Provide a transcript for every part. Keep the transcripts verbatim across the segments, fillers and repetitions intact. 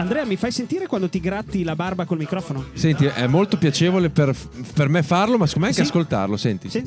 Andrea, mi fai sentire quando ti gratti la barba col microfono? Senti, è molto piacevole per, per me farlo, ma secondo me anche Sì? ascoltarlo, senti. Sì?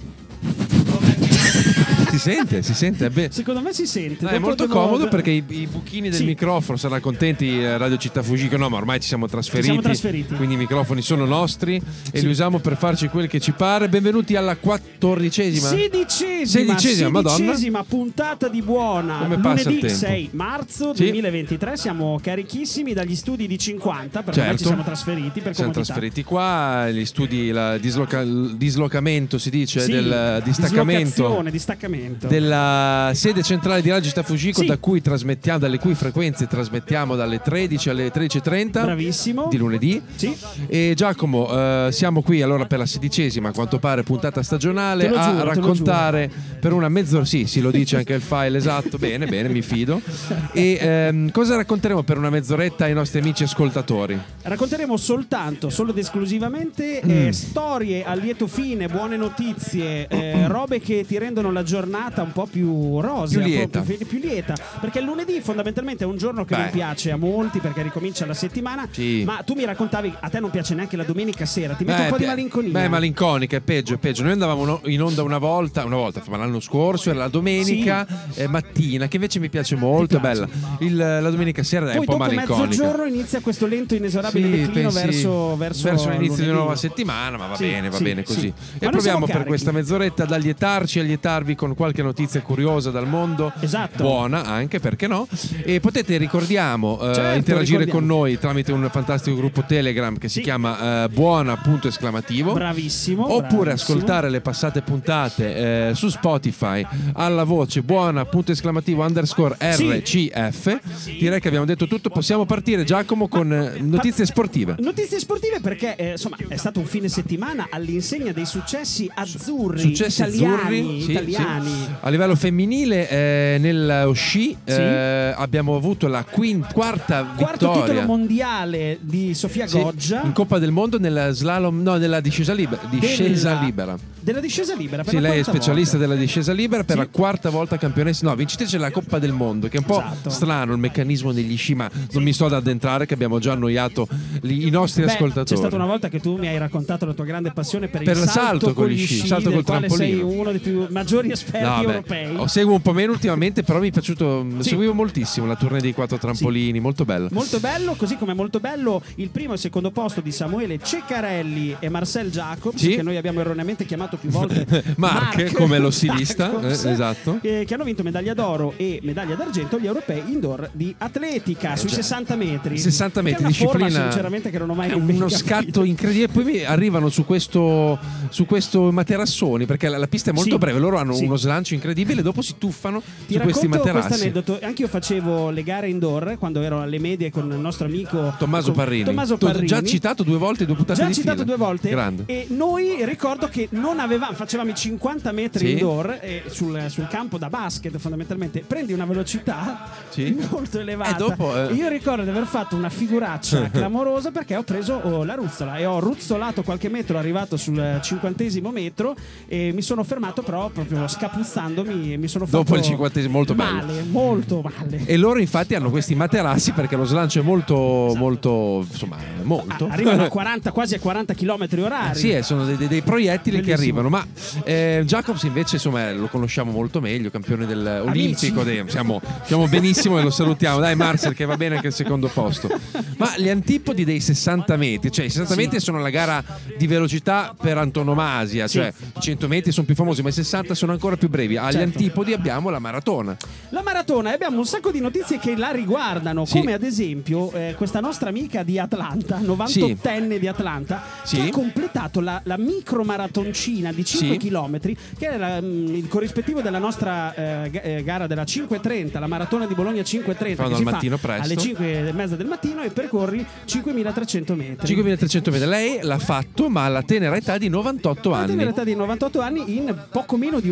Si sente, si sente. È, be- Secondo me si sente. No, è Dopo molto devo- comodo perché i, i buchini del Sì. microfono saranno contenti, eh, Radio Città Fugica. No, ma ormai ci siamo trasferiti. siamo trasferiti. Quindi i microfoni sono nostri e Sì. li usiamo per farci quel che ci pare. Benvenuti alla quattordicesima. Sedicesima, Sedicesima, Madonna. sedicesima puntata di Buona. Come passa il Lunedì tempo? sei marzo Sì. duemilaventitré. Siamo carichissimi dagli studi di cinquanta, perché ormai Certo. ci siamo trasferiti per Siamo comodità. trasferiti qua, gli studi, la disloca- il dislocamento si dice, Sì, del distaccamento dislocazione, distaccamento. della sede centrale di Radio Città Fugico, Sì. da cui trasmettiamo, dalle cui frequenze trasmettiamo dalle tredici alle tredici e trenta Bravissimo. di lunedì. Sì. E Giacomo, eh, siamo qui allora per la sedicesima, a quanto pare, puntata stagionale, Te lo a giuro, te lo raccontare per una mezz'ora. Sì, sì, lo dice anche il file, esatto. Bene, bene, mi fido. E ehm, cosa racconteremo per una mezz'oretta ai nostri amici ascoltatori? Racconteremo soltanto, solo ed esclusivamente Mm. eh, storie a lieto fine, buone notizie, eh, robe che ti rendono la giornata un po' più rosea, Più un po' lieta. più, più lieta. Perché il lunedì fondamentalmente è un giorno che Beh. non piace a molti perché ricomincia la settimana. Sì. Ma tu mi raccontavi, a te non piace neanche la domenica sera, ti mette Beh, un po' di pi- malinconia. Beh, malinconica, è peggio, è peggio. Noi andavamo no- in onda una volta, una volta, ma l'anno scorso era la domenica eh, mattina, che invece mi piace molto, è piace? bella. Il- la domenica sera è Poi un po' dopo malinconica. mezzogiorno inizia questo lento inesorabile Sì, declino pensi- verso, verso, l'inizio di lunedì. una nuova settimana, ma va Sì, bene, va sì, bene così. sì. E Ma noi siamo proviamo per carichi. questa mezz'oretta ad allietarci, allietarvi con qualche notizia curiosa dal mondo, Esatto. buona anche, perché no? E potete, ricordiamo, eh, Certo, interagire ricordiamo. con noi tramite un fantastico gruppo Telegram che si Sì. chiama eh, buona punto esclamativo. Bravissimo. Oppure bravissimo. ascoltare le passate puntate eh, su Spotify alla voce buona punto esclamativo underscore R C F. Direi che abbiamo detto tutto. Possiamo partire, Giacomo, con eh, notizie sportive. Notizie sportive perché eh, insomma è stato un fine settimana all'insegna dei successi azzurri, Successi italiani, azzurri, sì, italiani. sì. A livello femminile, eh, nello sci Sì. eh, abbiamo avuto la quint- quarta Quarto vittoria. titolo mondiale di Sofia Sì, Goggia. in Coppa del Mondo nella slalom, no, nella discesa libera. Discesa Della- libera. Della discesa libera. Per Sì, la lei è quarta specialista volta. della discesa libera per Sì. la quarta volta campionessa, no, vincitrice della Coppa del Mondo, che è un po' Esatto. strano il meccanismo degli sci, ma non mi sto ad addentrare che abbiamo già annoiato li- i nostri Beh, ascoltatori. c'è stata una volta che tu mi hai raccontato la tua grande passione per, Per il il salto, salto con con gli gli sci, sci, salto del col quale sei trampolino. uno dei più maggiori esperti No, beh, europei. oh, seguo un po' meno ultimamente, però mi è piaciuto, Sì. seguivo moltissimo la tournée dei quattro trampolini, molto bella. Molto bello, così come molto bello il primo e il secondo posto di Samuele Ceccarelli e Marcel Jacobs, Sì. che noi abbiamo erroneamente chiamato più volte Mark, come lo stilista, Jacobs, eh, esatto. eh, che hanno vinto medaglia d'oro e medaglia d'argento agli europei indoor di atletica sui già. sessanta metri. sessanta Che è metri, una forma, disciplina. sinceramente, che non ho mai È ben uno capito. scatto incredibile. Poi mi arrivano su questo, su questo materassoni, perché la, la pista è molto Sì. breve. Loro hanno Sì. uno slancio incredibile, dopo si tuffano Ti su questi racconto questo materassi. aneddoto. Anch'io facevo le gare indoor quando ero alle medie con il nostro amico Tommaso con- Parrini. Tommaso Tu- Parrini. già citato due volte, due puntate Già di citato fila. due volte. Grande. E noi ricordo che non avevamo, facevamo i cinquanta metri Sì. indoor eh, sul, sul campo da basket, fondamentalmente. Prendi una velocità Sì. molto elevata. E dopo, eh. E io ricordo di aver fatto una figuraccia clamorosa perché ho preso oh, la ruzzola e ho ruzzolato qualche metro, arrivato sul cinquantesimo metro e mi sono fermato però proprio scapuzzandomi e mi sono fatto Dopo il cinquantesimo, molto bello. male, molto male. E loro infatti hanno questi materassi perché lo slancio è molto, molto, insomma, molto. Ah, arrivano a quaranta, quasi a quaranta chilometri orari. Sì, eh, sono dei, dei- dei proiettili che Bellissimo. arrivano. Ma eh, Jacobs invece, insomma, lo conosciamo molto meglio, campione del olimpico. dei- siamo, siamo benissimo e lo salutiamo. Dai, Marcel, che va bene anche il secondo posto. Ma le antipodi dei sessanta metri, cioè i sessanta Sì. metri sono la gara di velocità per antonomasia, Sì. cioè i cento metri sono più famosi, ma i sessanta sono ancora più brevi. Agli Certo. antipodi abbiamo la maratona. La maratona, e abbiamo un sacco di notizie che la riguardano, Sì. come ad esempio eh, questa nostra amica di Atlanta, novantottenne di Atlanta, Sì. che ha completato la, la micromaratoncina di cinque Sì. chilometri, che era mm, il corrispettivo della nostra eh, ga- eh, gara della cinque trenta, la maratona di Bologna cinque trenta, Fanno che al si mattino fa presto. alle cinque e mezza del mattino e percorri cinquemilatrecento metri. cinquemilatrecento metri. Lei l'ha fatto, ma alla tenera età di novantotto Alla anni. tenera età di novantotto anni in poco meno di un'ora. In cioè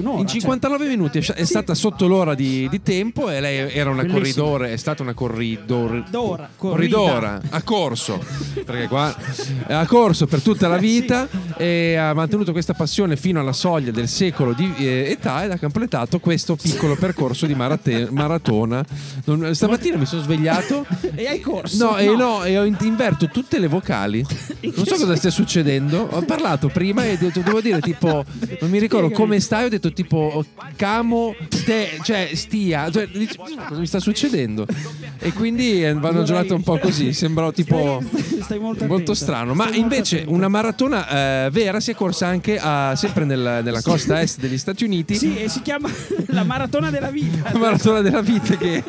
cinquantanove minuti, è, è stata sotto l'ora di, di tempo e lei era una Bellissimo. corridore, è stata una corridor, Dora, corridora, ha corso, perché qua ha corso per tutta la vita e ha mantenuto questa passione fino alla soglia del secolo di eh, età ed ha completato questo piccolo percorso di marate- maratona. Non, stamattina mi sono svegliato e hai corso? no, e no, e ho in- inverto tutte le vocali. Non so cosa stia succedendo. Ho parlato prima e ho detto, devo dire tipo, non mi ricordo come stai, ho detto tipo camo, te, cioè stia, cioè, dici, cosa mi sta succedendo? E quindi eh, vanno giornate un po' così, sembrò tipo Stai, stai molto, molto attenta. strano. Ma Stai molto invece attenta. una maratona eh, vera si è corsa anche a, sempre nel- nella costa est degli Stati Uniti. Sì, e si chiama la maratona della vita. La maratona della vita che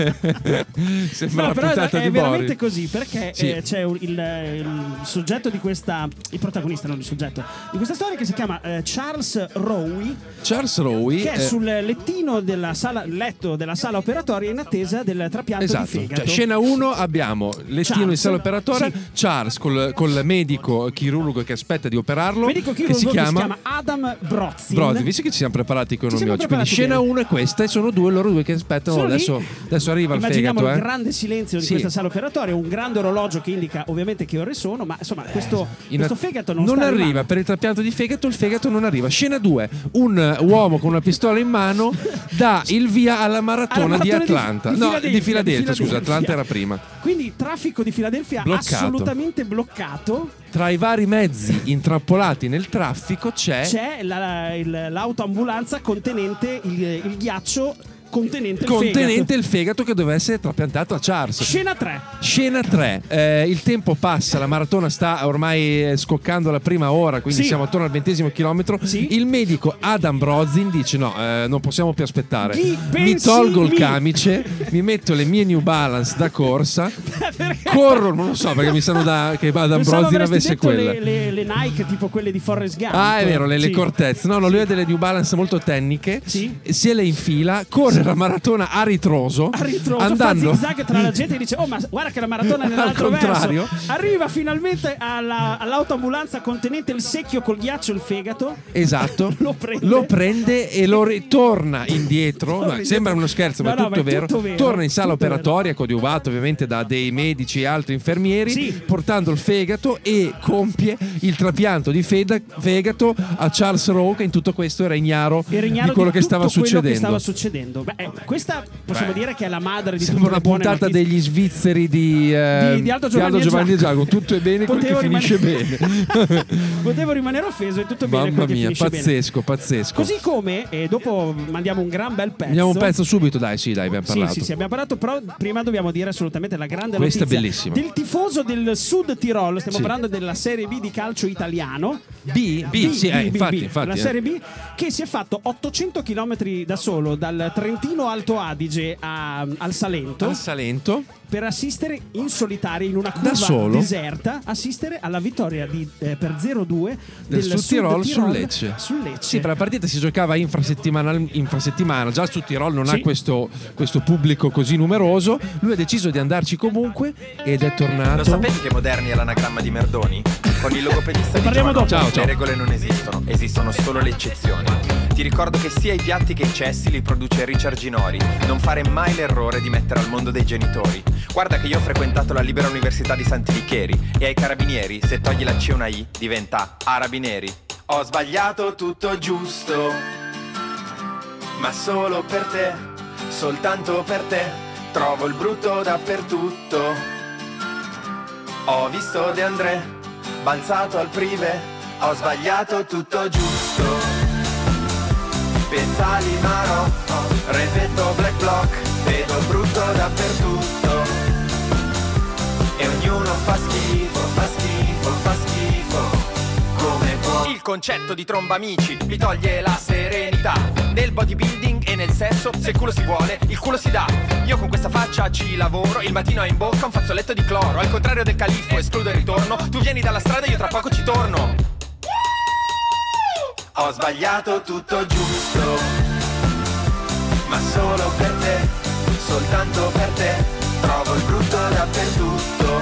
sembra No, la però puntata è di veramente Bori. così, perché Sì. eh, c'è un- il, il soggetto di questa, il protagonista, non il soggetto di questa storia, che si chiama eh, Charles Rowe, Charles Rowe che è eh, sul lettino della sala, letto della sala operatoria in attesa del trapianto esatto, di fegato. cioè, scena uno abbiamo lettino Charles, in sala operatoria, sì. Charles col, col medico chirurgo che aspetta di operarlo, Medico che chirurgo si chiama, Adam Brozin. Brozzi, visto che ci siamo preparati con i Ci nomi siamo oggi, quindi preparati scena bene. uno è questa e sono due loro due che aspettano. Sono lì. Adesso, adesso arriva il Immaginiamo fegato, il eh. grande silenzio di Sì. questa sala operatoria, un grande orologio che indica ovviamente che ore sono, ma insomma questo, In- questo fegato non, non sta arriva arrivando. per il trapianto di fegato, il fegato non arriva. Scena due, un uomo con una pistola in mano dà il via alla maratona, Alla di maratona di- Atlanta, di no, Filadelfia, di Filadelfia, di scusa, Filadelfia. Atlanta era prima. Quindi traffico di Filadelfia Bloccato. assolutamente bloccato. Tra i vari mezzi intrappolati nel traffico c'è, C'è la- il- l'autoambulanza contenente il, il ghiaccio contenente il contenente fegato. il fegato che doveva essere trapiantato a Charles. Scena tre. Scena tre, eh, il tempo passa, la maratona sta ormai eh, scoccando la prima ora, quindi Sì. siamo attorno al ventesimo chilometro. Sì. Il medico Adam Brozin dice no, eh, non possiamo più aspettare. Chi Mi pensi tolgo il mi- camice, mi metto le mie New Balance da corsa, Perché? corro, non lo so perché mi sanno da che Adam Pensavo Brozin avresti avesse detto quelle. le, le, le Nike tipo quelle di Forrest Gump. Ah, è vero, le, le Sì. Cortez. No, no, lui ha delle New Balance molto tecniche. Sì. Se le infila, corre la maratona a ritroso. A ritroso, andando fa zigzag tra la gente e dice: oh, ma guarda che la maratona è nell'altro Al contrario. verso. Arriva finalmente alla- all'autoambulanza contenente il secchio col ghiaccio e il fegato. Esatto, Lo prende. lo prende e lo ritorna indietro. Torna No, sembra indietro. uno scherzo, ma No, è no, tutto, ma è vero. tutto vero. Torna in sala Tutto vero. operatoria, coadiuvato ovviamente da dei medici e altri infermieri, Sì. portando il fegato e compie il trapianto di feda- fegato a Charles Rowe, che in tutto questo era ignaro, Era ignaro di quello di che tutto stava quello succedendo. che stava succedendo. Beh, eh, questa possiamo Beh, dire che è la madre di Sembra tutte una le buone puntata notizie. degli svizzeri di, eh, Di- di Aldo Giovanni e Giovanni e Giacomo. Giacomo. Tutto è bene quel che Potevo finisce rimanere- bene. Potevo rimanere offeso e tutto bene Mamma quel che mia, finisce bene. pazzesco, pazzesco. Così come, e dopo mandiamo un gran bel pezzo. Andiamo un pezzo subito, dai, sì, dai, abbiamo Sì, parlato. sì, sì, abbiamo parlato, però prima dobbiamo dire assolutamente la grande Questa è notizia bellissima. del tifoso del Sud Tirolo. Stiamo Sì. parlando della Serie B di calcio italiano. B, B, sì, eh, B, infatti, B, infatti, la eh. Serie B che si è fatto ottocento chilometri da solo dal Trentino Alto Adige a- al Salento Al Salento. per assistere in solitaria in una curva solo? deserta, assistere alla vittoria di, eh, per zero due Del del, Sud Tirol Sud sul Tirol Lecce. sul Lecce. Sì, per la partita si giocava infrasettimanal- infrasettimana. Già il Sud Tirol non Sì. ha questo, questo pubblico così numeroso. Lui ha deciso di andarci comunque ed è Lo tornato. sapevi che Moderni è l'anagramma di Merdoni? Con il logopedista di parliamo Giovanotto dopo. Ciao, ciao. le regole non esistono, esistono solo le eccezioni. Ti ricordo che sia i piatti che i cessi li produce Richard Ginori. Non fare mai l'errore di mettere al mondo dei genitori. Guarda che io ho frequentato la Libera Università di Santi Licheri e ai carabinieri, se togli la C e una I, diventa Arabineri. Ho sbagliato tutto giusto, ma solo per te, soltanto per te, trovo il brutto dappertutto. Ho visto De André, balzato al prive, ho sbagliato tutto giusto. Piazzali Marocco, repetto Black Block, vedo il brutto dappertutto. E ognuno fa schifo, fa schifo, fa schifo, come può. Il concetto di tromba amici mi toglie la serenità. Nel bodybuilding e nel sesso, se il culo si vuole, il culo si dà. Io con questa faccia ci lavoro, il mattino ho in bocca un fazzoletto di cloro. Al contrario del califfo, escludo il ritorno. Tu vieni dalla strada, io tra poco ci torno. Ho sbagliato tutto giusto, ma solo per te, soltanto per te, trovo il brutto dappertutto.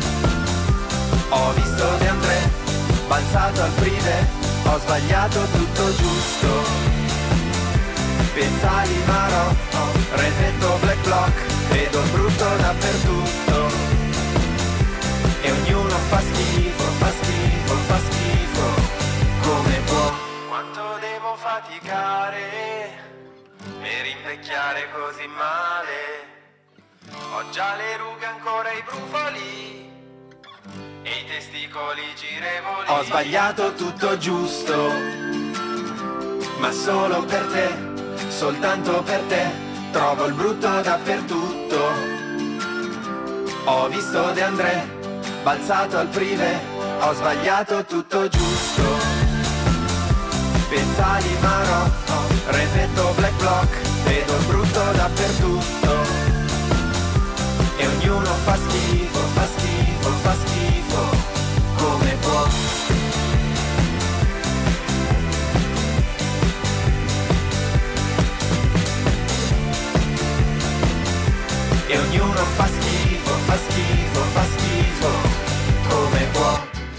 Ho visto De André, balzato al prive, ho sbagliato tutto giusto. Piazzali Marò, Revetto Black Block, vedo brutto dappertutto. E ognuno fa schifo, fa schifo, fa schifo, come può. Quanto devo faticare per invecchiare così male. Ho già le rughe, ancora i brufoli e i testicoli girevoli. Ho sbagliato tutto giusto, ma solo per te, soltanto per te. Trovo il brutto dappertutto. Ho visto De André balzato al privé. Ho sbagliato tutto giusto. Piazzali Marò, Revetto Black Block, vedo il brutto dappertutto. E ognuno fa schifo, fa schifo, fa schifo, come può. E ognuno fa schifo, fa schifo, fa schifo, come può.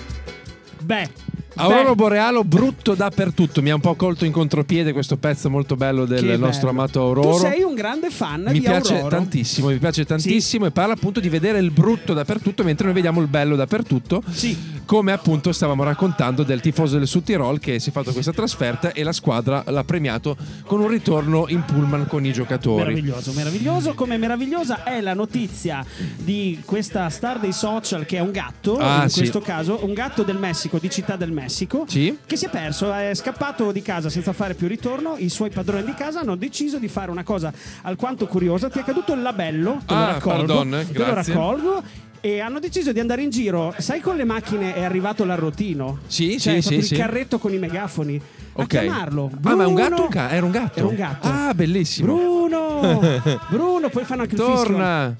Beh, Aurora Beh. Borealo, brutto dappertutto. Mi ha un po' colto in contropiede questo pezzo molto bello del Che nostro bello. amato Aurora. Tu sei un grande fan Mi di piace Aurora. tantissimo, mi piace tantissimo, sì. E parla appunto di vedere il brutto dappertutto mentre noi vediamo il bello dappertutto. Sì. Come appunto stavamo raccontando del tifoso del Südtirol che si è fatto questa trasferta e la squadra l'ha premiato con un ritorno in pullman con i giocatori. Meraviglioso, meraviglioso. Come meravigliosa è la notizia di questa star dei social che è un gatto, ah, in sì. questo caso un gatto del Messico, di Città del Messico, sì. che si è perso, è scappato di casa senza fare più ritorno. I suoi padroni di casa hanno deciso di fare una cosa alquanto curiosa. Ti è caduto il labello, te lo ah, raccolgo, pardon, te lo grazie. raccolgo. E hanno deciso di andare in giro. Sai, con le macchine è arrivato l'arrotino. Sì, cioè, sì, proprio sì, il sì. carretto con i megafoni. A Ok. chiamarlo. Ah, ma è un Bruno. gatto o un ca- era un gatto? Era un gatto. Ah, bellissimo. Bruno! Bruno, poi fanno anche il fischio. Torna.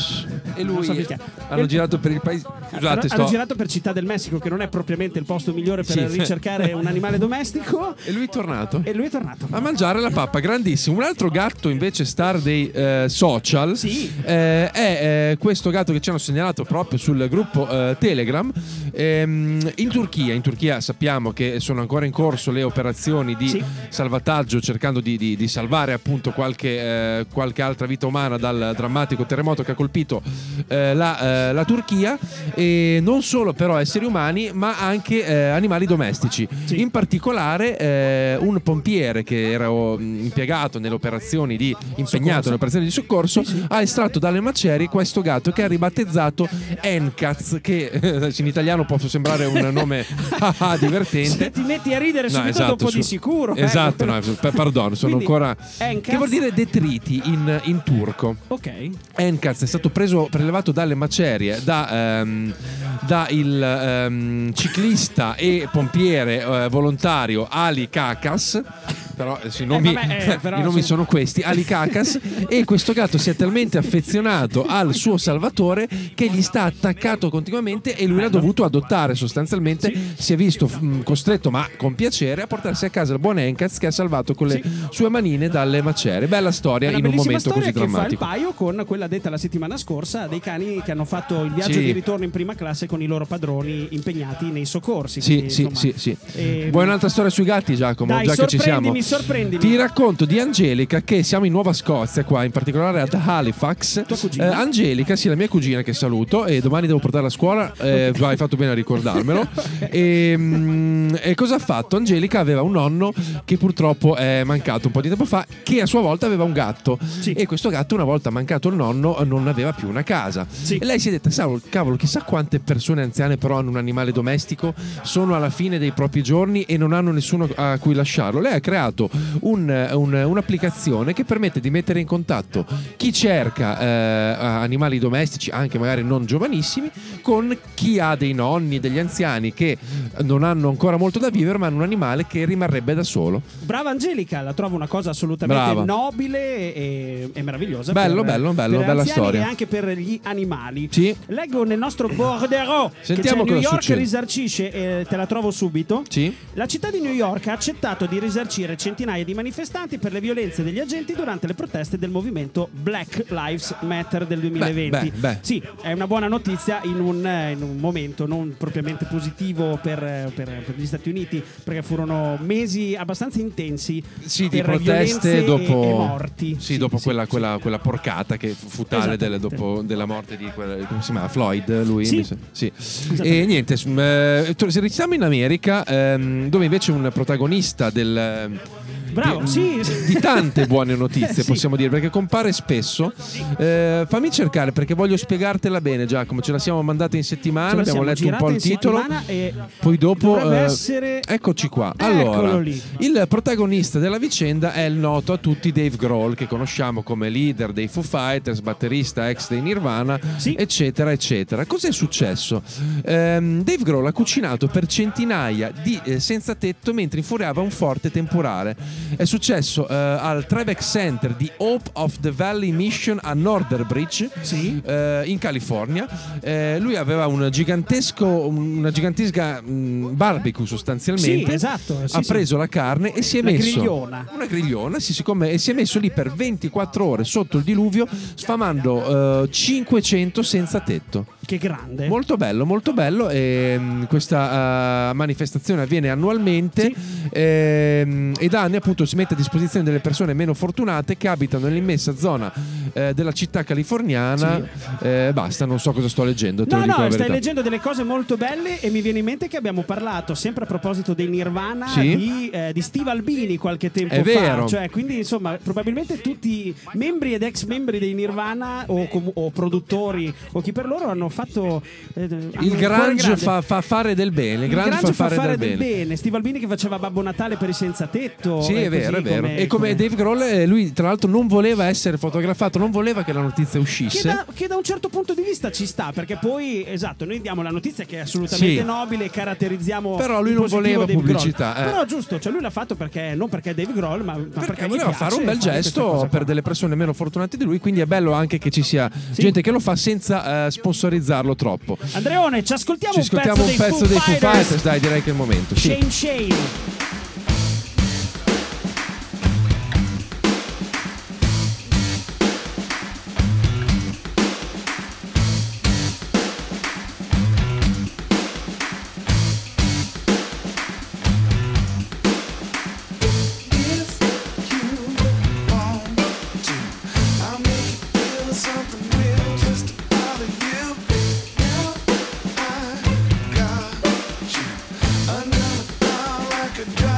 E Non lui so perché. hanno E- girato per il paese. Hanno, Scusate, hanno sto. girato per Città del Messico, che non è propriamente il posto migliore per Sì. ricercare un animale domestico. E lui è tornato. E lui è tornato. A mangiare la pappa, grandissimo. Un altro gatto invece star dei eh, social Sì. eh, è eh, questo gatto che ci hanno segnalato proprio sul gruppo eh, Telegram. Ehm, in Turchia, in Turchia sappiamo che sono ancora in corso le operazioni di Sì. salvataggio, cercando di, di, di salvare appunto qualche, eh, qualche altra vita umana dal drammatico terremoto che ha colpito eh, la, eh, la Turchia. E non solo però esseri umani, ma anche eh, animali domestici. Sì. In particolare eh, un pompiere che era oh, impiegato nelle operazioni di impegnato Soccorso. nelle operazioni di soccorso, Sì, sì. ha estratto dalle macerie questo gatto che ha ribattezzato Encaz, che eh, in italiano può sembrare un nome divertente. Se ti metti a ridere No, subito esatto, dopo su- di sicuro. eh. Esatto, no, per- pardon, sono Quindi, ancora Encaz- che vuol dire detriti in, in turco. Ok. Encaz è stato preso, prelevato dalle macerie da, ehm, da il ehm, ciclista e pompiere eh, volontario Ali Kakas. Però eh, sì, i nomi, Eh, vabbè, eh, però, i nomi insomma. sono questi, Ali Kakas. E questo gatto si è talmente affezionato al suo salvatore che gli sta attaccato continuamente e lui l'ha dovuto adottare sostanzialmente. Si è visto mh, costretto, ma con piacere, a portarsi a casa il buon Encaz che ha salvato con le Sì. sue manine dalle macerie. Bella storia È una in un bellissima momento storia così che fa il drammatico. paio con quella detta la settimana scorsa dei cani che hanno fatto il viaggio Sì. di ritorno in prima classe con i loro padroni impegnati nei soccorsi. Sì, Quindi, sì, insomma, sì, sì. eh, Vuoi un'altra storia sui gatti, Giacomo? Dai, Già che ci siamo. sorprendimi, sorprendimi. Ti racconto di Angelica, che siamo in Nuova Scozia, qua in particolare ad Halifax. Tua cugina? Eh, Angelica, sì, la mia cugina che saluto, e domani devo portarla a scuola. Eh, hai fatto bene a ricordarmelo. e, mm, e cosa ha fatto? Angelica aveva un nonno che purtroppo è mancato un po' di tempo fa, che a sua volta aveva un gatto. Sì. E questo gatto, una volta mancato il nonno, non aveva più una casa. Sì. E lei si è detta: cavolo, cavolo, chissà quante persone anziane però hanno un animale domestico, sono alla fine dei propri giorni e non hanno nessuno a cui lasciarlo. Lei ha creato un, un, un'applicazione che permette di mettere in contatto chi cerca eh, animali domestici, anche magari non giovanissimi, con chi ha dei nonni, degli anziani che non hanno ancora molto da vivere, ma hanno un animale che rimarrebbe da solo. Brava Angelica, la trovo una cosa assolutamente Brava. nobile e, e meravigliosa. Bello, per, bello, bello, per bella anziani storia. E anche per gli animali. Sì. Leggo nel nostro bordereau che Sentiamo c'è New cosa York succede. risarcisce, e te la trovo subito. Sì. La città di New York ha accettato di risarcire centinaia di manifestanti per le violenze degli agenti durante le proteste del movimento Black Lives Matter del duemilaventi. Beh, beh, beh. Sì, è una buona notizia in un, in un momento non propriamente positivo per, per, per gli Stati Uniti, perché furono mesi abbastanza intensi sì, per di proteste dopo, e, e morti. Sì, sì dopo sì, quella, sì. quella, quella porcata che fu tale del, dopo della morte di quella, come si chiama? Floyd, lui? Sì. Sì. E niente, eh, restiamo in America, ehm, dove invece un protagonista del... Bravo, di, sì. di tante buone notizie, sì. possiamo dire, perché compare spesso. Eh, fammi cercare, perché voglio spiegartela bene, Giacomo. Ce la siamo mandata in settimana, abbiamo letto un po' il titolo, e poi dopo dovrebbe eh, essere... eccoci qua. Eccolo Allora, lì. il protagonista della vicenda è il noto a tutti Dave Grohl, che conosciamo come leader dei Foo Fighters, batterista ex dei Nirvana, sì. eccetera eccetera. Cos'è successo? Ehm, Dave Grohl ha cucinato per centinaia di eh, senza tetto mentre infuriava un forte temporale. È successo uh, al Trevec Center di Hope of the Valley Mission a Northern sì. uh, in California. Uh, lui aveva un gigantesco, una gigantesca um, barbecue sostanzialmente. Sì, esatto. Sì, ha preso sì. la carne e si è una messo grigliona. una grigliona, sì, siccome, e si è messo lì per ventiquattro ore sotto il diluvio, sfamando uh, cinquecento senza tetto. Che grande. Molto bello, molto bello. E, um, questa uh, manifestazione avviene annualmente, sì. e, e da anni appunto si mette a disposizione delle persone meno fortunate che abitano nell'immensa zona eh, della città californiana. Sì. Eh, basta, non so cosa sto leggendo. Te no, lo dico no, la stai verità. leggendo delle cose molto belle e mi viene in mente che abbiamo parlato, sempre a proposito dei Nirvana, sì. di, eh, di Steve Albini qualche tempo È fa. vero. Cioè, quindi, insomma, probabilmente tutti membri ed ex membri dei Nirvana o, com- o produttori o chi per loro hanno fatto. Eh, hanno il grunge fa, fa fare del bene. Il, il grunge, grunge fa fare, fare del, del bene. bene. Steve Albini che faceva Babbo Natale per i senza tetto. Sì, è vero, è vero. Come, e come, come Dave Grohl, eh, lui tra l'altro non voleva essere fotografato, non voleva che la notizia uscisse. Che da, che da un certo punto di vista ci sta, perché poi, esatto, noi diamo la notizia che è assolutamente sì. nobile e caratterizziamo. Però lui non voleva Dave pubblicità. Eh. Eh. Però giusto, cioè lui l'ha fatto perché non perché è Dave Grohl, ma perché, perché gli voleva piace fare un bel fare gesto per delle persone meno fortunate di lui, quindi è bello anche che ci sia sì. gente che lo fa senza uh, sponsorizzarlo troppo. Andreone, ci ascoltiamo, ci ascoltiamo un pezzo, un pezzo dei, dei Foo Foo Fighters. Fighters, dai, direi che è il momento. Sì. Shame Shame. Another like a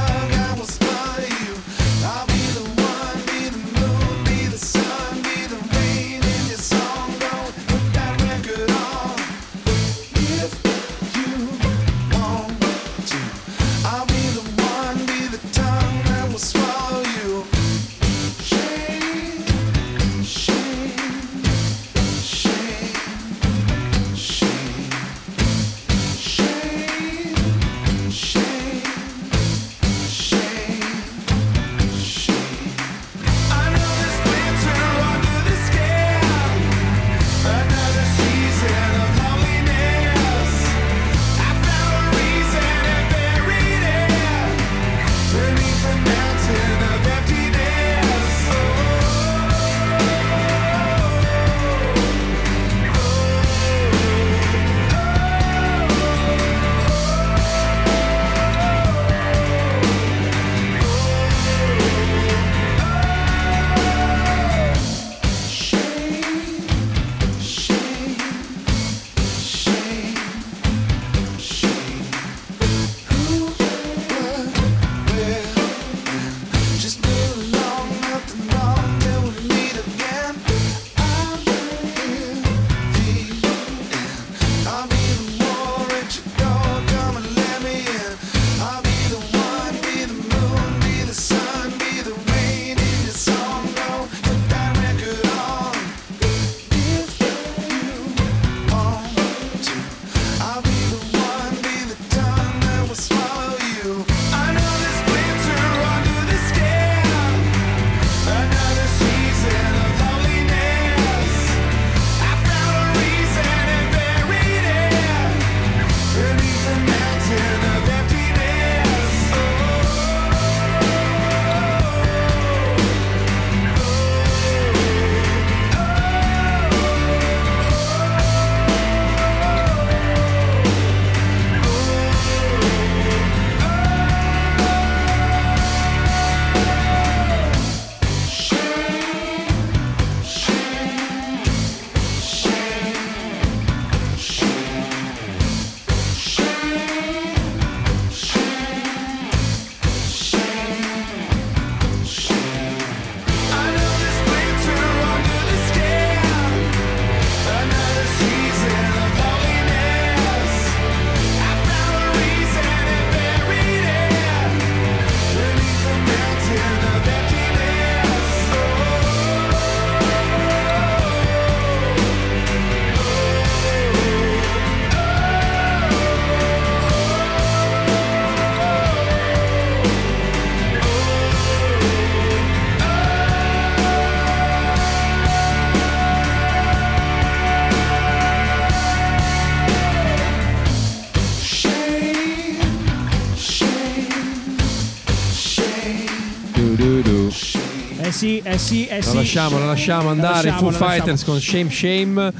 sì, eh sì, eh La sì. lasciamo, la lasciamo andare. lasciamo, Foo la Fighters con Shame Shame.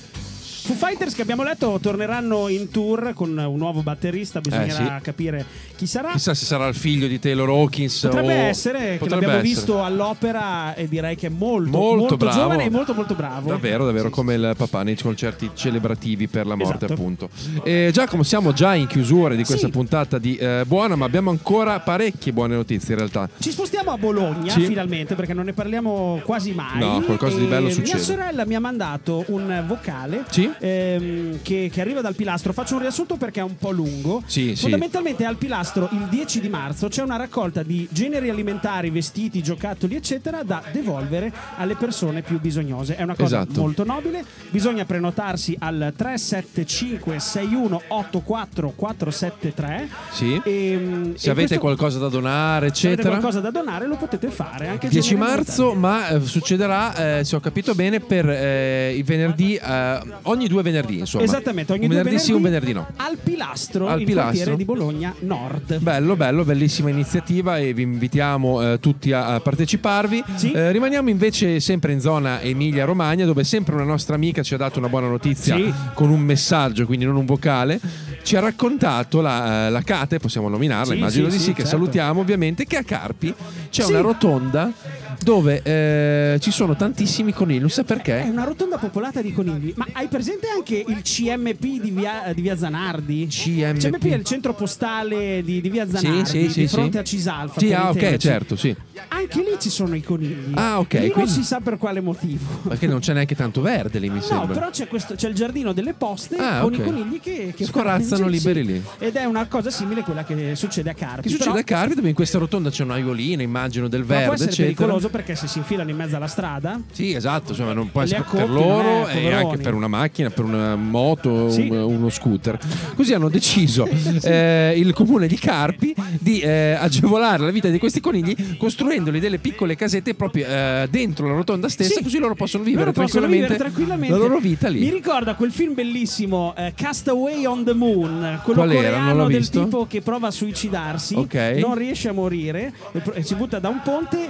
Foo Fighters, che abbiamo letto, torneranno in tour con un nuovo batterista. Bisognerà Eh, sì. capire chi sarà. Chissà se sarà il figlio di Taylor Hawkins. Potrebbe o... essere, che Potrebbe l'abbiamo essere. visto all'opera e direi che è molto, Molto molto, bravo. giovane e molto molto bravo. Davvero, davvero, Sì, come il papà nei concerti celebrativi per la morte, Esatto. appunto. E Giacomo, siamo già in chiusura di questa Sì. puntata di eh, Buona, ma abbiamo ancora parecchie buone notizie in realtà. Ci spostiamo a Bologna Sì. finalmente, perché non ne parliamo quasi mai. No, qualcosa di bello E succede. Mia sorella mi ha mandato un vocale Sì. ehm, che, che arriva dal Pilastro. Faccio un riassunto perché è un po' lungo. Sì, sì. Fondamentalmente al Pilastro il dieci di marzo c'è una raccolta di generi alimentari, vestiti, giocattoli eccetera da devolvere alle persone più bisognose. È una cosa Esatto. molto nobile. Bisogna prenotarsi al tre sette cinque sei uno otto quattro quattro sette tre. Sì. E, Se avete qualcosa da donare, se avete eccetera. qualcosa da donare lo potete fare anche dieci generi marzo, alimentari. ma eh, succederà, eh, se ho capito bene, per eh, i venerdì, eh, ogni due venerdì, insomma. Esattamente, ogni un due venerdì sì, un venerdì no. Al Pilastro, Al il Pilastro. quartiere di Bologna Nord. Bello, bello, bellissima iniziativa e vi invitiamo eh, tutti a, a parteciparvi. Sì. Eh, rimaniamo invece sempre in zona Emilia-Romagna, dove sempre una nostra amica ci ha dato una buona notizia Sì. con un messaggio, quindi non un vocale. Ci ha raccontato la, la Cate, possiamo nominarla, Sì, immagino sì, di sì, sì, che certo. salutiamo ovviamente, che a Carpi c'è Sì. una rotonda dove eh, ci sono tantissimi conigli, non sa È perché. una rotonda popolata di conigli. Ma hai presente anche il C M P di via, di via Zanardi? C M P. C M P è il centro postale di, di via Zanardi, Sì, sì, sì, di fronte sì. a Cisalfa. Sì, per ah, ok, intenderci. certo, sì. Anche lì ci sono i conigli. Ah, ok, Lì non quindi- si sa per quale motivo. Perché non c'è neanche tanto verde lì, mi No, sembra. però c'è, questo, c'è il giardino delle poste Ah, con ok. i conigli che, che Scorazzano sì, liberi sì. lì. Ed è una cosa simile a quella che succede a Carpi. Che succede però a Carpi, dove in questa rotonda c'è un'aiolina, immagino, del ma può verde, essere eccetera. pericoloso perché se si infilano in mezzo alla strada. Sì, esatto, insomma, non può Li essere per accoppi, loro non è, e poveroni. anche per una macchina, per una moto, Sì. un- uno scooter. Così hanno deciso eh, il comune di Carpi di eh, agevolare la vita di questi conigli costruendoli delle piccole casette proprio eh, dentro la rotonda stessa, Sì. così loro possono vivere, Loro possono tranquillamente, vivere tranquillamente la loro vita lì. Mi ricorda quel film bellissimo eh, Castaway on the Moon, quello Qual era? Non coreano l'ho del visto. tipo che prova a suicidarsi, Ok. non riesce a morire e pro- e si butta da un ponte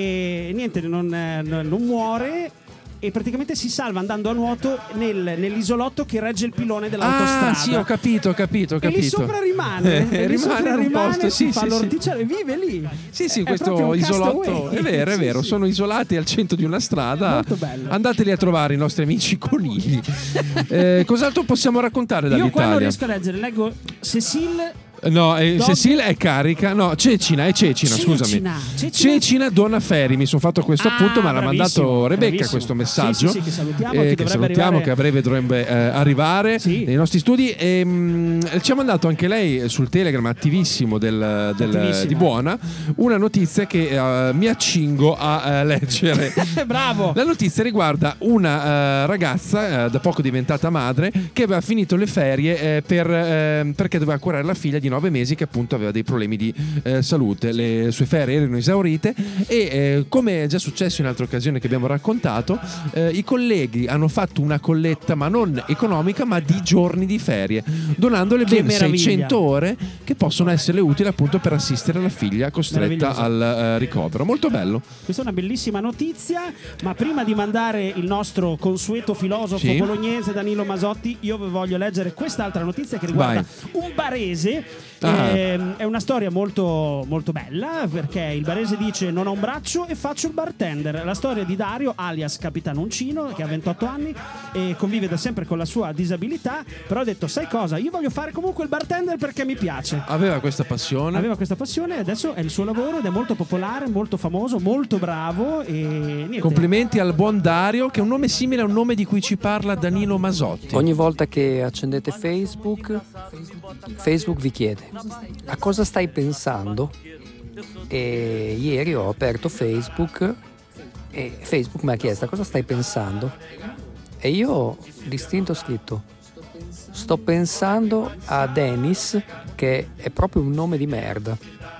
e niente, non, eh, non- non muore. E praticamente si salva andando a nuoto nel- nell'isolotto che regge il pilone dell'autostrada. Ah, sì, ho capito, ho capito, ho E capito. lì sopra rimane, e lì rimane sopra in un rimane, posto, si sì, fa sì, sì. l'orticello e vive lì. Sì, sì, È proprio questo un isolotto castaway. è vero, è Sì, vero, sì. sono isolati al centro di una strada. Molto bello. Andateli a trovare i nostri amici conigli. Eh, cos'altro possiamo raccontare Io qua non dall'Italia? riesco a leggere, leggo Cecile. No, eh, Dog- Cecilia è carica. No, Cecina, è Cecina, Cecina, scusami. Cecina. Cecina dona Ferri. Mi sono fatto questo Ah, appunto, ma l'ha bravissimo, mandato Rebecca bravissimo. questo messaggio. Sì, sì, sì, che salutiamo, eh, che che dovrebbe salutiamo, arrivare- che a breve dovrebbe eh, arrivare Sì. nei nostri studi. E, mh, ci ha mandato anche lei sul Telegram, attivissimo del, del- Attivissimo. di Buona, una notizia che eh, mi accingo a eh, leggere. Bravo. La notizia riguarda una eh, ragazza eh, da poco diventata madre che aveva finito le ferie eh, per, eh, perché doveva curare la figlia di nove mesi che appunto aveva dei problemi di eh, salute. Le sue ferie erano esaurite e eh, come è già successo in altre occasioni che abbiamo raccontato, eh, i colleghi hanno fatto una colletta ma non economica ma di giorni di ferie, donandole Che ben meraviglia. seicento ore che possono essere utili appunto per assistere la figlia costretta Meraviglioso. al eh, ricovero. Molto bello. Questa è una bellissima notizia, ma prima di mandare il nostro consueto filosofo Sì. bolognese Danilo Masotti, io vi voglio leggere quest'altra notizia che riguarda un barese. Ah. Ehm, è una storia molto, molto bella perché il barese dice: non ho un braccio e faccio il bartender. La storia di Dario alias Capitano Uncino, che ha ventotto anni e convive da sempre con la sua disabilità, però ha detto: sai cosa, io voglio fare comunque il bartender perché mi piace. Aveva questa passione. Aveva questa passione e adesso è il suo lavoro ed è molto popolare, molto famoso, molto bravo e niente. Complimenti al buon Dario, che è un nome simile a un nome di cui ci parla Danilo Masotti. Ogni volta che accendete Facebook, Facebook vi chiede: a cosa stai pensando? E ieri ho aperto Facebook e Facebook mi ha chiesto: a cosa stai pensando? E io ho distinto scritto: sto pensando a Dennis, che è proprio un nome di merda.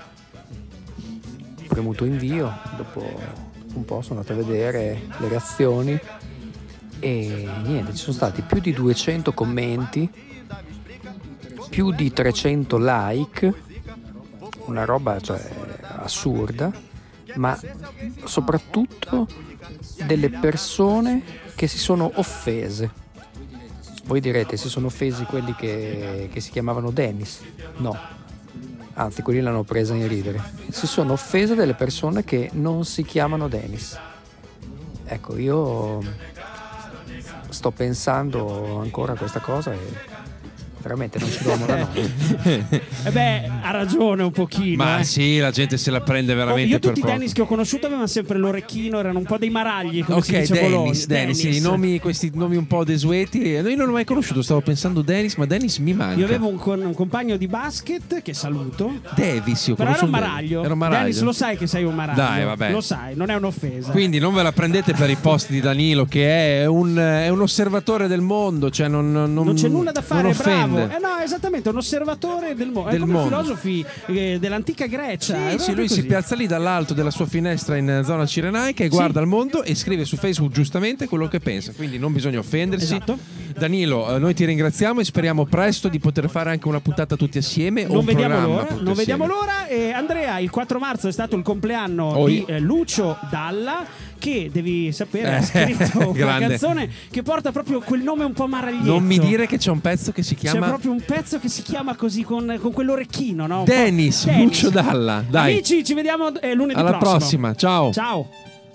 Ho premuto invio, dopo un po' sono andato a vedere le reazioni e niente, ci sono stati più di duecento commenti, più di trecento like, una roba cioè assurda, ma soprattutto delle persone che si sono offese. Voi direte, si sono offesi quelli che, che si chiamavano Dennis? No, anzi quelli l'hanno presa in ridere. Si sono offese delle persone che non si chiamano Dennis. Ecco, io sto pensando ancora a questa cosa e veramente non ci dormo la notte. Eh beh, ha ragione un pochino. Ma eh. sì, la gente se la prende veramente oh, io per tutti poco. i Dennis che ho conosciuto avevano sempre l'orecchino, erano un po' dei maragli, come si Ok, dice a Bologna. Dennis, Dennis, sì, Dennis. nomi, questi nomi un po' desueti. Io non l'ho mai conosciuto, stavo pensando Dennis, ma Dennis mi manca. Io avevo un, con- un compagno di basket che saluto. Davis, io Però era conosco un un maraglio. Era un maraglio. Dennis, lo sai che sei un maraglio. Dai, vabbè. Lo sai, non è un'offesa. Quindi non ve la prendete per i post di Danilo, che è un, è un osservatore del mondo, cioè non, non, non c'è nulla da fare, non bravo. offende. Eh no, esattamente, un osservatore del mondo. Del È come mondo. i filosofi eh, dell'antica Grecia. È Sì, sì, proprio lui così. si piazza lì dall'alto della sua finestra in zona cirenaica e guarda il mondo e scrive su Facebook giustamente quello che pensa, quindi non bisogna offendersi. Esatto. Danilo, eh, noi ti ringraziamo e speriamo presto di poter fare anche una puntata tutti assieme o Non un vediamo programma l'ora, tutti non assieme. vediamo l'ora. E Andrea, il quattro marzo è stato il compleanno Oh, di io- eh, Lucio Dalla, che devi sapere ha Eh, scritto una grande. canzone che porta proprio quel nome un po' maraglietto. Non mi dire che c'è un pezzo che si C'è chiama proprio un pezzo che si chiama così con, con quell'orecchino, no? Un po'- Dennis, Lucio Dalla. Dai, Amici, ci vediamo eh, lunedì alla prossimo. prossima, ciao. Ciao.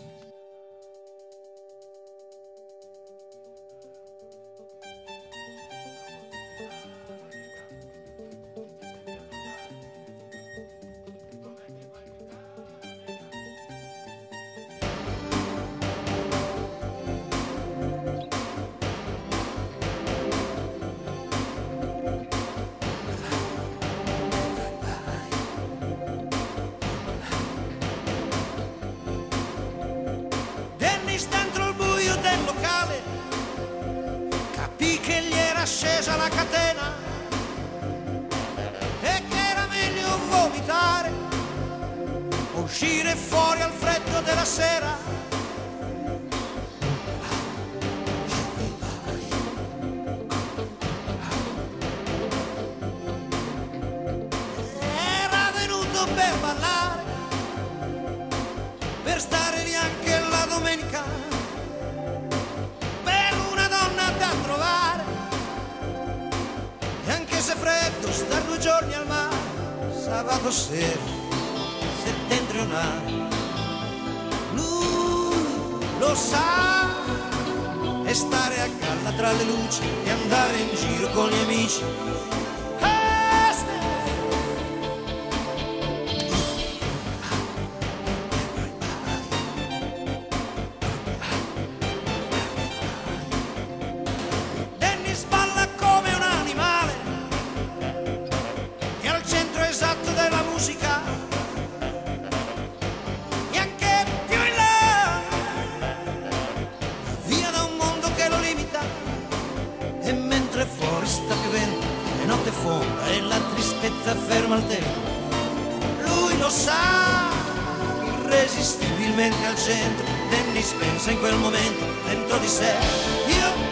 Dennis dentro il buio del locale capì che gli era scesa la catena e che era meglio vomitare, uscire fuori al freddo della sera. Era venuto per ballare, per stare lì anche la domenica, per una donna da trovare, e anche se freddo star due giorni al mare, sabato sera, settentrionale, lui lo sa, e stare a galla tra le luci e andare in giro con gli amici. Ah, ste- Dennis balla come un animale, è al centro esatto della musica, e anche più in là, via da un mondo che lo limita, e mentre fuori sta piovendo e notte fonda e la tristezza ferma il tempo, lui lo sa, irresistibilmente al centro. Dennis pensa in quel momento dentro di sé: io